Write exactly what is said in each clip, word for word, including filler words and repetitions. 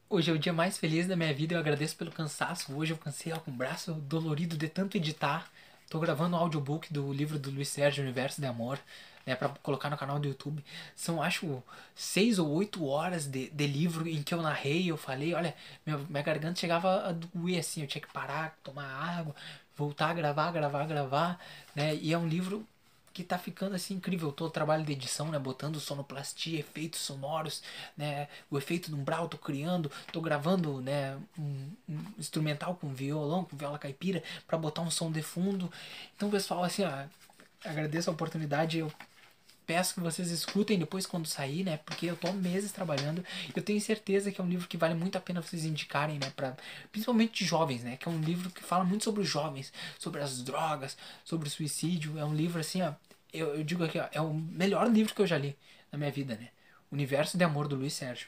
Hoje é o dia mais feliz da minha vida, eu agradeço pelo cansaço. Hoje eu cansei ó, com o braço dolorido de tanto editar. Tô gravando um audiobook do livro do Luiz Sérgio, Universo de Amor, né, pra colocar no canal do YouTube. São, acho, seis ou oito horas de, de livro em que eu narrei, eu falei, olha, minha, minha garganta chegava a doer, assim, eu tinha que parar, tomar água, voltar a gravar, gravar, gravar, né, e é um livro que tá ficando assim incrível todo o trabalho de edição, né, botando sonoplastia, efeitos sonoros, né, o efeito do umbral, tô criando, tô gravando, né, um, um instrumental com violão, com viola caipira para botar um som de fundo. Então, pessoal, assim, ó, agradeço a oportunidade, eu peço que vocês escutem depois quando sair, né? Porque eu tô meses trabalhando. Eu tenho certeza que é um livro que vale muito a pena vocês indicarem, né? Pra, principalmente de jovens, né? Que é um livro que fala muito sobre os jovens, sobre as drogas, sobre o suicídio. É um livro assim, ó. Eu, eu digo aqui, ó, é o melhor livro que eu já li na minha vida, né? Universo de Amor do Luiz Sérgio.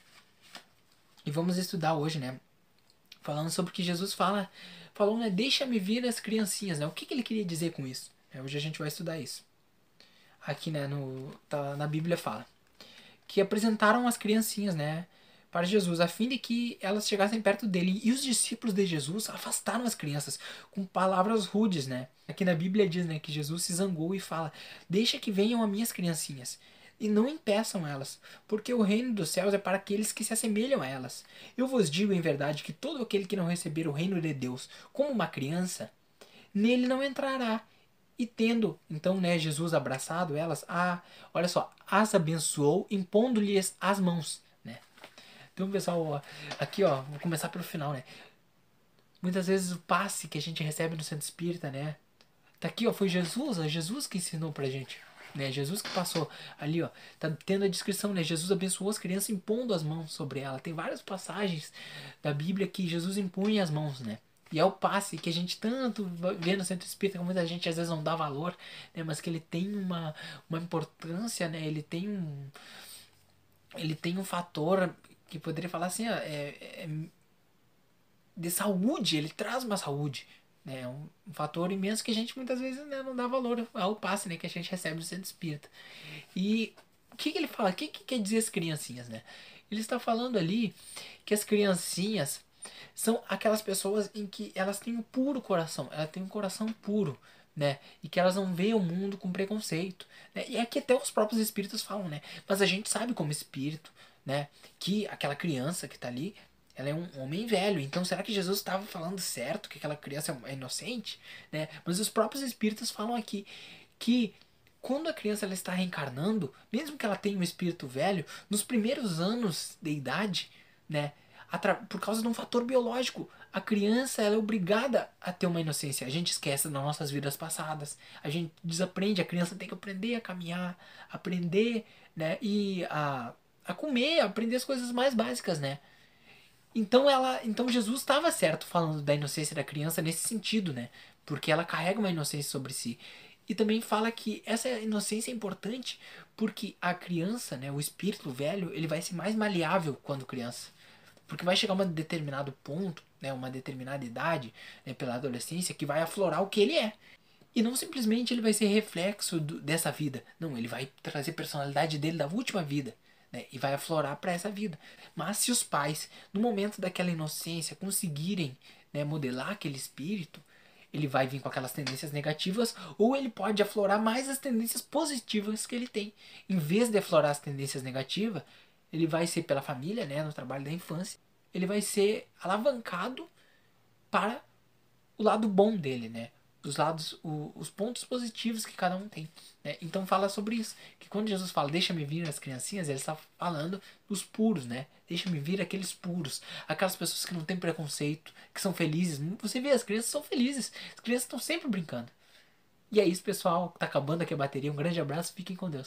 E vamos estudar hoje, né? Falando sobre o que Jesus fala, falou, né? Deixa-me vir as criancinhas, né? O que, que ele queria dizer com isso? É, hoje a gente vai estudar isso. Aqui, né, no, tá, na Bíblia fala que apresentaram as criancinhas, né, para Jesus, a fim de que elas chegassem perto dele. E os discípulos de Jesus afastaram as crianças com palavras rudes, né? Aqui na Bíblia diz, né, que Jesus se zangou e fala: "Deixa que venham as minhas criancinhas, e não impeçam elas, porque o reino dos céus é para aqueles que se assemelham a elas. Eu vos digo em verdade que todo aquele que não receber o reino de Deus como uma criança, nele não entrará." E tendo, então, né, Jesus abraçado elas, a, olha só, as abençoou, impondo-lhes as mãos, né? Então, pessoal, ó, aqui, ó, vou começar pelo final, né? Muitas vezes o passe que a gente recebe no centro espírita, né? Tá aqui, ó, foi Jesus, é Jesus que ensinou pra gente, né? Jesus que passou ali, ó, tá tendo a descrição, né? Jesus abençoou as crianças impondo as mãos sobre ela. Tem várias passagens da Bíblia que Jesus impunha as mãos, né? E é o passe que a gente tanto vê no centro espírita, que muita gente às vezes não dá valor, né? Mas que ele tem uma, uma importância, né? Ele tem um, ele tem um fator que poderia falar assim, ó, é, é de saúde, ele traz uma saúde, né? Um, um fator imenso que a gente muitas vezes, né, não dá valor ao passe, né, que a gente recebe do centro espírita. E o que, que ele fala? O que, que quer dizer as criancinhas, né? Ele está falando ali que as criancinhas são aquelas pessoas em que elas têm um puro coração, elas têm um coração puro, né? E que elas não veem o mundo com preconceito, né? E é que até os próprios espíritos falam, né? Mas a gente sabe como espírito, né? Que aquela criança que está ali, ela é um homem velho. Então será que Jesus estava falando certo que aquela criança é inocente, né? Mas os próprios espíritos falam aqui que quando a criança ela está reencarnando, mesmo que ela tenha um espírito velho, nos primeiros anos de idade, né, por causa de um fator biológico, a criança ela é obrigada a ter uma inocência. A gente esquece das nossas vidas passadas, a gente desaprende, a criança tem que aprender a caminhar, aprender, né, e a, a comer, aprender as coisas mais básicas, né. Então ela, então Jesus estava certo falando da inocência da criança nesse sentido, né? Porque ela carrega uma inocência sobre si. E também fala que essa inocência é importante porque a criança, né, o espírito velho, ele vai ser mais maleável quando criança. Porque vai chegar um determinado ponto, né, uma determinada idade, né, pela adolescência, que vai aflorar o que ele é. E não simplesmente ele vai ser reflexo do, dessa vida. Não, ele vai trazer personalidade dele da última vida. Né, e vai aflorar para essa vida. Mas se os pais, no momento daquela inocência, conseguirem, né, modelar aquele espírito, ele vai vir com aquelas tendências negativas, ou ele pode aflorar mais as tendências positivas que ele tem. Em vez de aflorar as tendências negativas, ele vai ser pela família, né, no trabalho da infância, ele vai ser alavancado para o lado bom dele, né? Os lados, o, os pontos positivos que cada um tem. Né? Então fala sobre isso. Que quando Jesus fala, deixa-me vir as criancinhas, ele está falando dos puros, né? Deixa-me vir aqueles puros. Aquelas pessoas que não têm preconceito, que são felizes. Você vê, as crianças são felizes. As crianças estão sempre brincando. E é isso, pessoal. Tá acabando aqui a bateria. Um grande abraço. Fiquem com Deus.